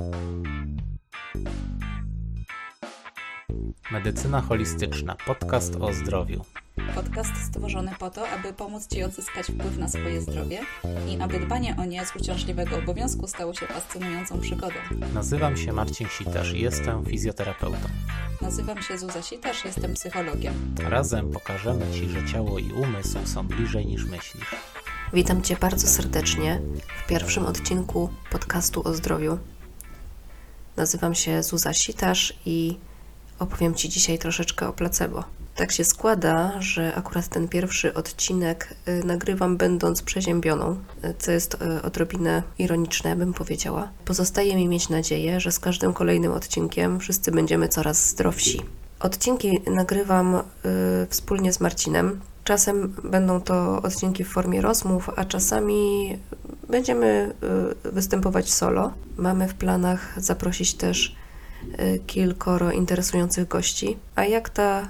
Medycyna holistyczna. Podcast o zdrowiu. Podcast stworzony po to, aby pomóc Ci odzyskać wpływ na swoje zdrowie i aby dbanie o nie z uciążliwego obowiązku stało się fascynującą przygodą. Nazywam się Marcin Sitarz i jestem fizjoterapeutą. Nazywam się Zuza Sitarz, jestem psychologiem. Razem pokażemy Ci, że ciało i umysł są bliżej niż myślisz. Witam Cię bardzo serdecznie w pierwszym odcinku podcastu o zdrowiu. Nazywam się Zuza Sitarz i opowiem Ci dzisiaj troszeczkę o placebo. Tak się składa, że akurat ten pierwszy odcinek nagrywam będąc przeziębioną, co jest odrobinę ironiczne, bym powiedziała. Pozostaje mi mieć nadzieję, że z każdym kolejnym odcinkiem wszyscy będziemy coraz zdrowsi. Odcinki nagrywam wspólnie z Marcinem. Czasem będą to odcinki w formie rozmów, a czasami będziemy występować solo. Mamy w planach zaprosić też kilkoro interesujących gości. A jak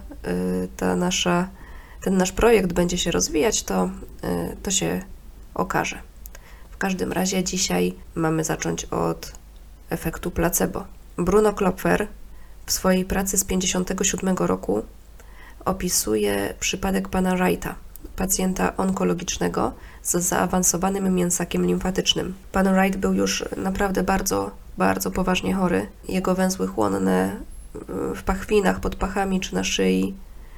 ten nasz projekt będzie się rozwijać, to się okaże. W każdym razie dzisiaj mamy zacząć od efektu placebo. Bruno Klopfer w swojej pracy z 1957 roku opisuje przypadek pana Wrighta, pacjenta onkologicznego z zaawansowanym mięsakiem limfatycznym. Pan Wright był już naprawdę bardzo poważnie chory. Jego węzły chłonne w pachwinach, pod pachami czy na szyi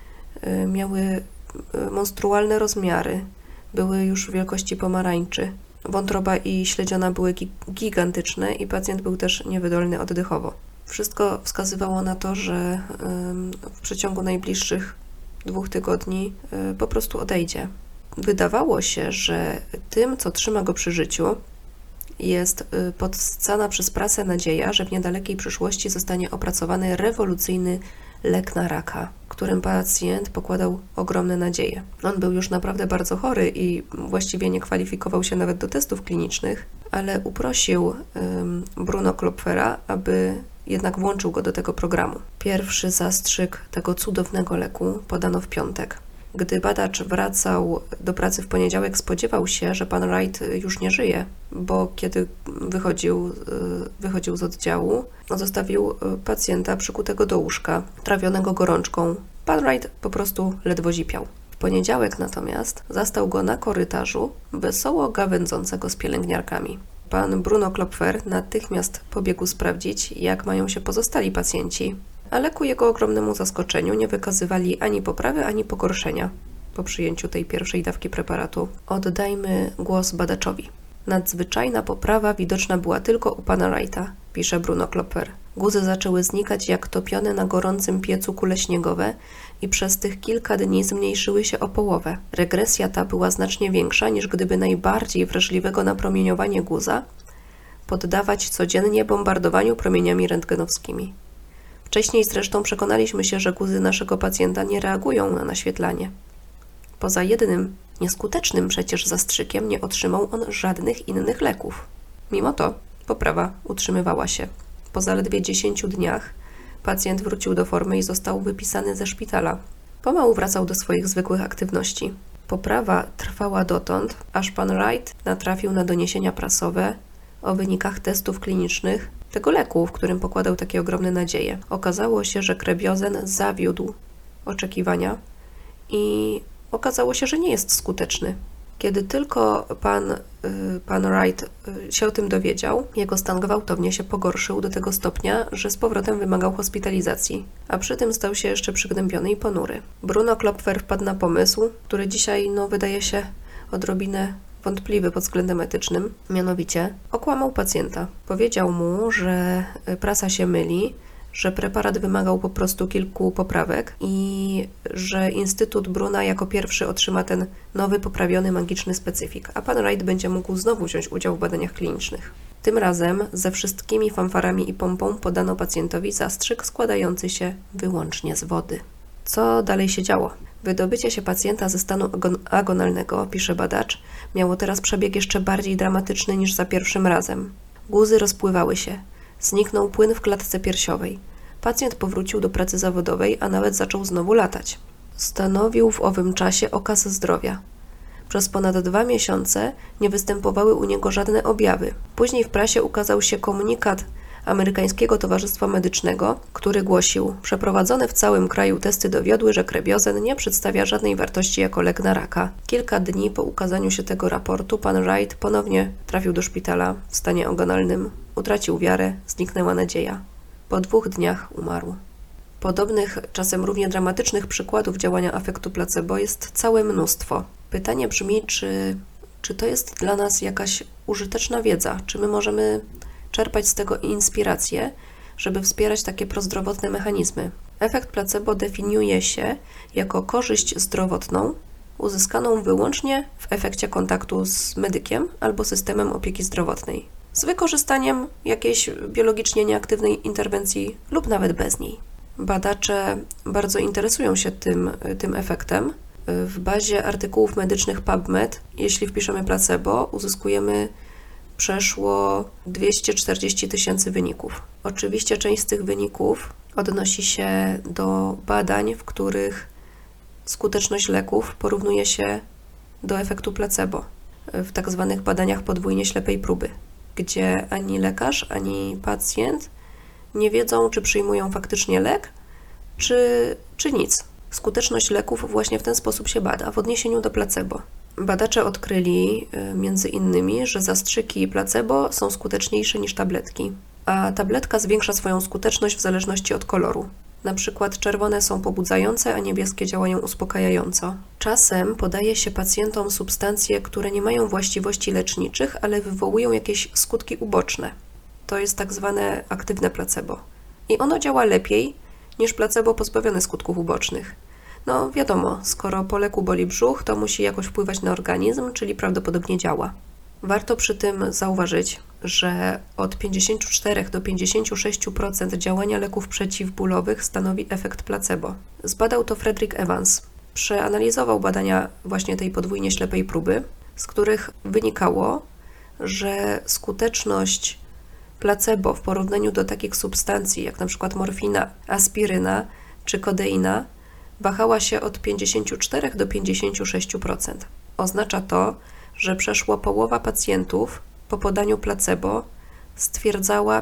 miały monstrualne rozmiary. Były już wielkości pomarańczy. Wątroba i śledziona były gigantyczne i pacjent był też niewydolny oddechowo. Wszystko wskazywało na to, że w przeciągu najbliższych 2 tygodni po prostu odejdzie. Wydawało się, że tym, co trzyma go przy życiu, jest podsycana przez prasę nadzieja, że w niedalekiej przyszłości zostanie opracowany rewolucyjny lek na raka, którym pacjent pokładał ogromne nadzieje. On był już naprawdę bardzo chory i właściwie nie kwalifikował się nawet do testów klinicznych, ale uprosił Bruno Klopfera, aby jednak włączył go do tego programu. Pierwszy zastrzyk tego cudownego leku podano w piątek. Gdy badacz wracał do pracy w poniedziałek, spodziewał się, że pan Wright już nie żyje, bo kiedy wychodził z oddziału, zostawił pacjenta przykutego do łóżka, trawionego gorączką. Pan Wright po prostu ledwo zipiał. W poniedziałek natomiast zastał go na korytarzu, wesoło gawędzącego z pielęgniarkami. Pan Bruno Klopfer natychmiast pobiegł sprawdzić, jak mają się pozostali pacjenci, ale ku jego ogromnemu zaskoczeniu nie wykazywali ani poprawy, ani pogorszenia po przyjęciu tej pierwszej dawki preparatu. Oddajmy głos badaczowi. Nadzwyczajna poprawa widoczna była tylko u pana Wrighta, pisze Bruno Klopfer. Guzy zaczęły znikać jak topione na gorącym piecu kule śniegowe i przez tych kilka dni zmniejszyły się o połowę. Regresja ta była znacznie większa, niż gdyby najbardziej wrażliwego na promieniowanie guza poddawać codziennie bombardowaniu promieniami rentgenowskimi. Wcześniej zresztą przekonaliśmy się, że guzy naszego pacjenta nie reagują na naświetlanie. Poza jednym, nieskutecznym przecież zastrzykiem nie otrzymał on żadnych innych leków. Mimo to poprawa utrzymywała się. Po zaledwie 10 dniach pacjent wrócił do formy i został wypisany ze szpitala. Pomału wracał do swoich zwykłych aktywności. Poprawa trwała dotąd, aż pan Wright natrafił na doniesienia prasowe o wynikach testów klinicznych tego leku, w którym pokładał takie ogromne nadzieje. Okazało się, że krebiozen zawiódł oczekiwania i okazało się, że nie jest skuteczny. Kiedy tylko pan Wright się o tym dowiedział, jego stan gwałtownie się pogorszył do tego stopnia, że z powrotem wymagał hospitalizacji, a przy tym stał się jeszcze przygnębiony i ponury. Bruno Klopfer wpadł na pomysł, który dzisiaj wydaje się odrobinę wątpliwy pod względem etycznym, mianowicie okłamał pacjenta. Powiedział mu, że prasa się myli, że preparat wymagał po prostu kilku poprawek i że Instytut Bruna jako pierwszy otrzyma ten nowy, poprawiony, magiczny specyfik, a pan Wright będzie mógł znowu wziąć udział w badaniach klinicznych. Tym razem ze wszystkimi fanfarami i pompą podano pacjentowi zastrzyk składający się wyłącznie z wody. Co dalej się działo? Wydobycie się pacjenta ze stanu agonalnego, pisze badacz, miało teraz przebieg jeszcze bardziej dramatyczny niż za pierwszym razem. Guzy rozpływały się. Zniknął płyn w klatce piersiowej. Pacjent powrócił do pracy zawodowej, a nawet zaczął znowu latać. Stanowił w owym czasie okaz zdrowia. Przez ponad 2 miesiące nie występowały u niego żadne objawy. Później w prasie ukazał się komunikat Amerykańskiego Towarzystwa Medycznego, który głosił: przeprowadzone w całym kraju testy dowiodły, że krebiozen nie przedstawia żadnej wartości jako lek na raka. Kilka dni po ukazaniu się tego raportu pan Wright ponownie trafił do szpitala w stanie agonalnym. Utracił wiarę, zniknęła nadzieja. Po 2 dniach umarł. Podobnych, czasem równie dramatycznych przykładów działania efektu placebo jest całe mnóstwo. Pytanie brzmi, czy to jest dla nas jakaś użyteczna wiedza? Czy my możemy czerpać z tego inspirację, żeby wspierać takie prozdrowotne mechanizmy? Efekt placebo definiuje się jako korzyść zdrowotną uzyskaną wyłącznie w efekcie kontaktu z medykiem albo systemem opieki zdrowotnej, z wykorzystaniem jakiejś biologicznie nieaktywnej interwencji lub nawet bez niej. Badacze bardzo interesują się tym efektem. W bazie artykułów medycznych PubMed, jeśli wpiszemy placebo, uzyskujemy przeszło 240 000 wyników. Oczywiście część z tych wyników odnosi się do badań, w których skuteczność leków porównuje się do efektu placebo, w tak zwanych badaniach podwójnie ślepej próby, gdzie ani lekarz, ani pacjent nie wiedzą, czy przyjmują faktycznie lek, czy nic. Skuteczność leków właśnie w ten sposób się bada, w odniesieniu do placebo. Badacze odkryli między innymi, że zastrzyki placebo są skuteczniejsze niż tabletki, a tabletka zwiększa swoją skuteczność w zależności od koloru. Na przykład czerwone są pobudzające, a niebieskie działają uspokajająco. Czasem podaje się pacjentom substancje, które nie mają właściwości leczniczych, ale wywołują jakieś skutki uboczne. To jest tak zwane aktywne placebo. I ono działa lepiej niż placebo pozbawione skutków ubocznych. No wiadomo, skoro po leku boli brzuch, to musi jakoś wpływać na organizm, czyli prawdopodobnie działa. Warto przy tym zauważyć, że od 54 do 56% działania leków przeciwbólowych stanowi efekt placebo. Zbadał to Frederick Evans. Przeanalizował badania właśnie tej podwójnie ślepej próby, z których wynikało, że skuteczność placebo w porównaniu do takich substancji jak na przykład morfina, aspiryna czy kodeina wahała się od 54 do 56%. Oznacza to, że przeszło połowa pacjentów po podaniu placebo stwierdzała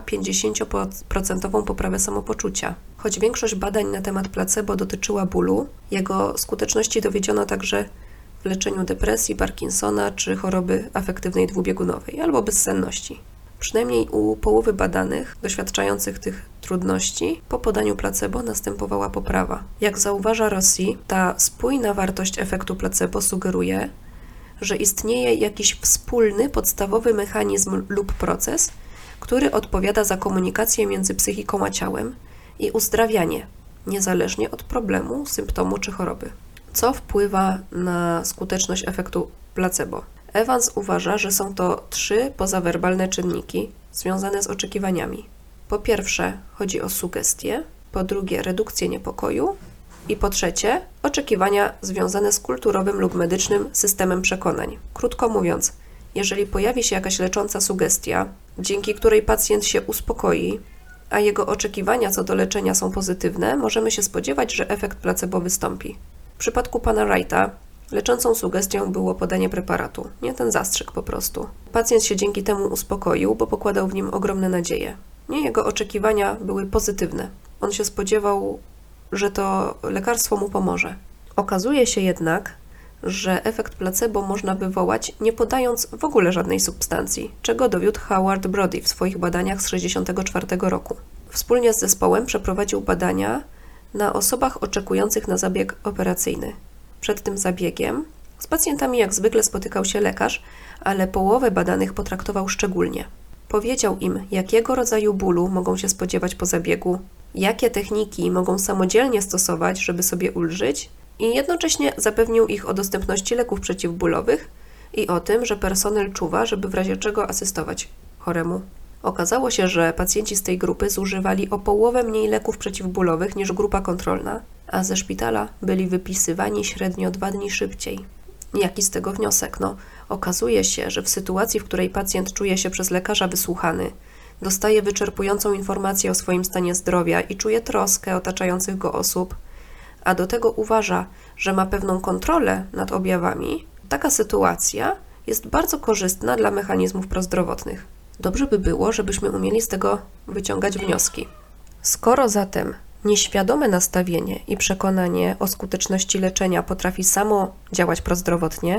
50% poprawę samopoczucia. Choć większość badań na temat placebo dotyczyła bólu, jego skuteczności dowiedziono także w leczeniu depresji, Parkinsona czy choroby afektywnej dwubiegunowej albo bezsenności. Przynajmniej u połowy badanych doświadczających tych trudności po podaniu placebo następowała poprawa. Jak zauważa Rossi, ta spójna wartość efektu placebo sugeruje, że istnieje jakiś wspólny, podstawowy mechanizm lub proces, który odpowiada za komunikację między psychiką a ciałem i uzdrawianie, niezależnie od problemu, symptomu czy choroby. Co wpływa na skuteczność efektu placebo? Evans uważa, że są to 3 pozawerbalne czynniki związane z oczekiwaniami. Po pierwsze, chodzi o sugestie, po drugie, redukcję niepokoju i po trzecie, oczekiwania związane z kulturowym lub medycznym systemem przekonań. Krótko mówiąc, jeżeli pojawi się jakaś lecząca sugestia, dzięki której pacjent się uspokoi, a jego oczekiwania co do leczenia są pozytywne, możemy się spodziewać, że efekt placebo wystąpi. W przypadku pana Wrighta leczącą sugestią było podanie preparatu, nie ten zastrzyk po prostu. Pacjent się dzięki temu uspokoił, bo pokładał w nim ogromne nadzieje. Jego oczekiwania były pozytywne. On się spodziewał, że to lekarstwo mu pomoże. Okazuje się jednak, że efekt placebo można wywołać, nie podając w ogóle żadnej substancji, czego dowiódł Howard Brody w swoich badaniach z 1964 roku. Wspólnie z zespołem przeprowadził badania na osobach oczekujących na zabieg operacyjny. Przed tym zabiegiem z pacjentami jak zwykle spotykał się lekarz, ale połowę badanych potraktował szczególnie. Powiedział im, jakiego rodzaju bólu mogą się spodziewać po zabiegu, jakie techniki mogą samodzielnie stosować, żeby sobie ulżyć i jednocześnie zapewnił ich o dostępności leków przeciwbólowych i o tym, że personel czuwa, żeby w razie czego asystować choremu. Okazało się, że pacjenci z tej grupy zużywali o połowę mniej leków przeciwbólowych niż grupa kontrolna, a ze szpitala byli wypisywani średnio 2 dni szybciej. Jaki z tego wniosek? Okazuje się, że w sytuacji, w której pacjent czuje się przez lekarza wysłuchany, dostaje wyczerpującą informację o swoim stanie zdrowia i czuje troskę otaczających go osób, a do tego uważa, że ma pewną kontrolę nad objawami, taka sytuacja jest bardzo korzystna dla mechanizmów prozdrowotnych. Dobrze by było, żebyśmy umieli z tego wyciągać wnioski. Skoro zatem nieświadome nastawienie i przekonanie o skuteczności leczenia potrafi samo działać prozdrowotnie,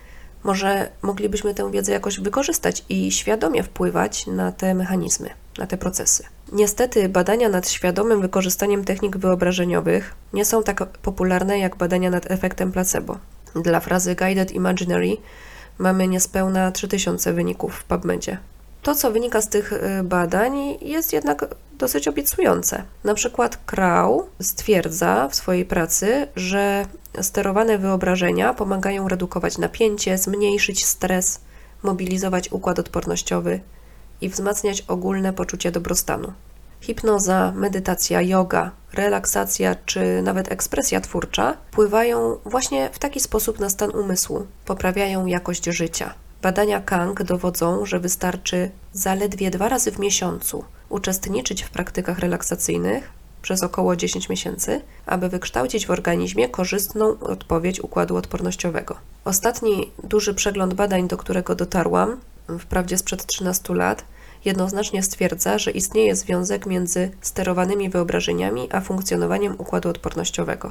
może moglibyśmy tę wiedzę jakoś wykorzystać i świadomie wpływać na te mechanizmy, na te procesy. Niestety badania nad świadomym wykorzystaniem technik wyobrażeniowych nie są tak popularne jak badania nad efektem placebo. Dla frazy Guided Imaginary mamy niespełna 3000 wyników w PubMedzie. To, co wynika z tych badań, jest jednak dosyć obiecujące. Na przykład Crow stwierdza w swojej pracy, że sterowane wyobrażenia pomagają redukować napięcie, zmniejszyć stres, mobilizować układ odpornościowy i wzmacniać ogólne poczucie dobrostanu. Hipnoza, medytacja, yoga, relaksacja czy nawet ekspresja twórcza wpływają właśnie w taki sposób na stan umysłu, poprawiają jakość życia. Badania Kang dowodzą, że wystarczy zaledwie 2 razy w miesiącu uczestniczyć w praktykach relaksacyjnych przez około 10 miesięcy, aby wykształcić w organizmie korzystną odpowiedź układu odpornościowego. Ostatni duży przegląd badań, do którego dotarłam, wprawdzie sprzed 13 lat, jednoznacznie stwierdza, że istnieje związek między sterowanymi wyobrażeniami a funkcjonowaniem układu odpornościowego.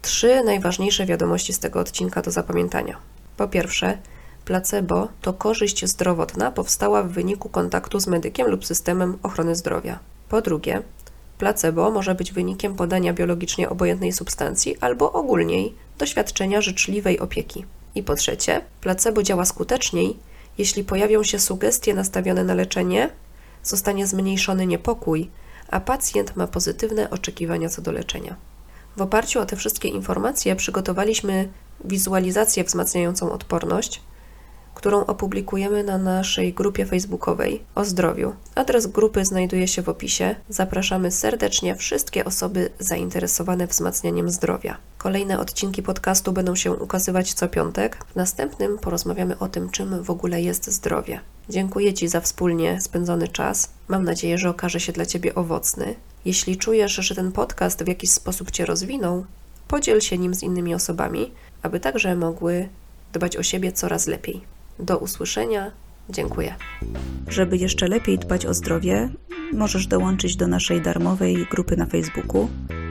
3 najważniejsze wiadomości z tego odcinka do zapamiętania. Po pierwsze, placebo to korzyść zdrowotna powstała w wyniku kontaktu z medykiem lub systemem ochrony zdrowia. Po drugie, placebo może być wynikiem podania biologicznie obojętnej substancji albo ogólniej doświadczenia życzliwej opieki. I po trzecie, placebo działa skuteczniej, jeśli pojawią się sugestie nastawione na leczenie, zostanie zmniejszony niepokój, a pacjent ma pozytywne oczekiwania co do leczenia. W oparciu o te wszystkie informacje przygotowaliśmy wizualizację wzmacniającą odporność, którą opublikujemy na naszej grupie facebookowej o zdrowiu. Adres grupy znajduje się w opisie. Zapraszamy serdecznie wszystkie osoby zainteresowane wzmacnianiem zdrowia. Kolejne odcinki podcastu będą się ukazywać co piątek. W następnym porozmawiamy o tym, czym w ogóle jest zdrowie. Dziękuję Ci za wspólnie spędzony czas. Mam nadzieję, że okaże się dla Ciebie owocny. Jeśli czujesz, że ten podcast w jakiś sposób Cię rozwinął, podziel się nim z innymi osobami, aby także mogły dbać o siebie coraz lepiej. Do usłyszenia. Dziękuję. Żeby jeszcze lepiej dbać o zdrowie, możesz dołączyć do naszej darmowej grupy na Facebooku.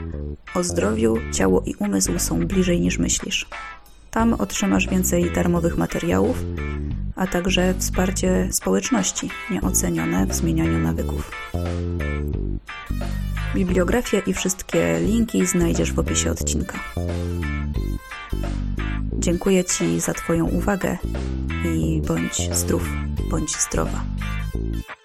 O zdrowiu, ciało i umysł są bliżej niż myślisz. Tam otrzymasz więcej darmowych materiałów, a także wsparcie społeczności nieocenione w zmienianiu nawyków. Bibliografię i wszystkie linki znajdziesz w opisie odcinka. Dziękuję Ci za Twoją uwagę i bądź zdrów, bądź zdrowa.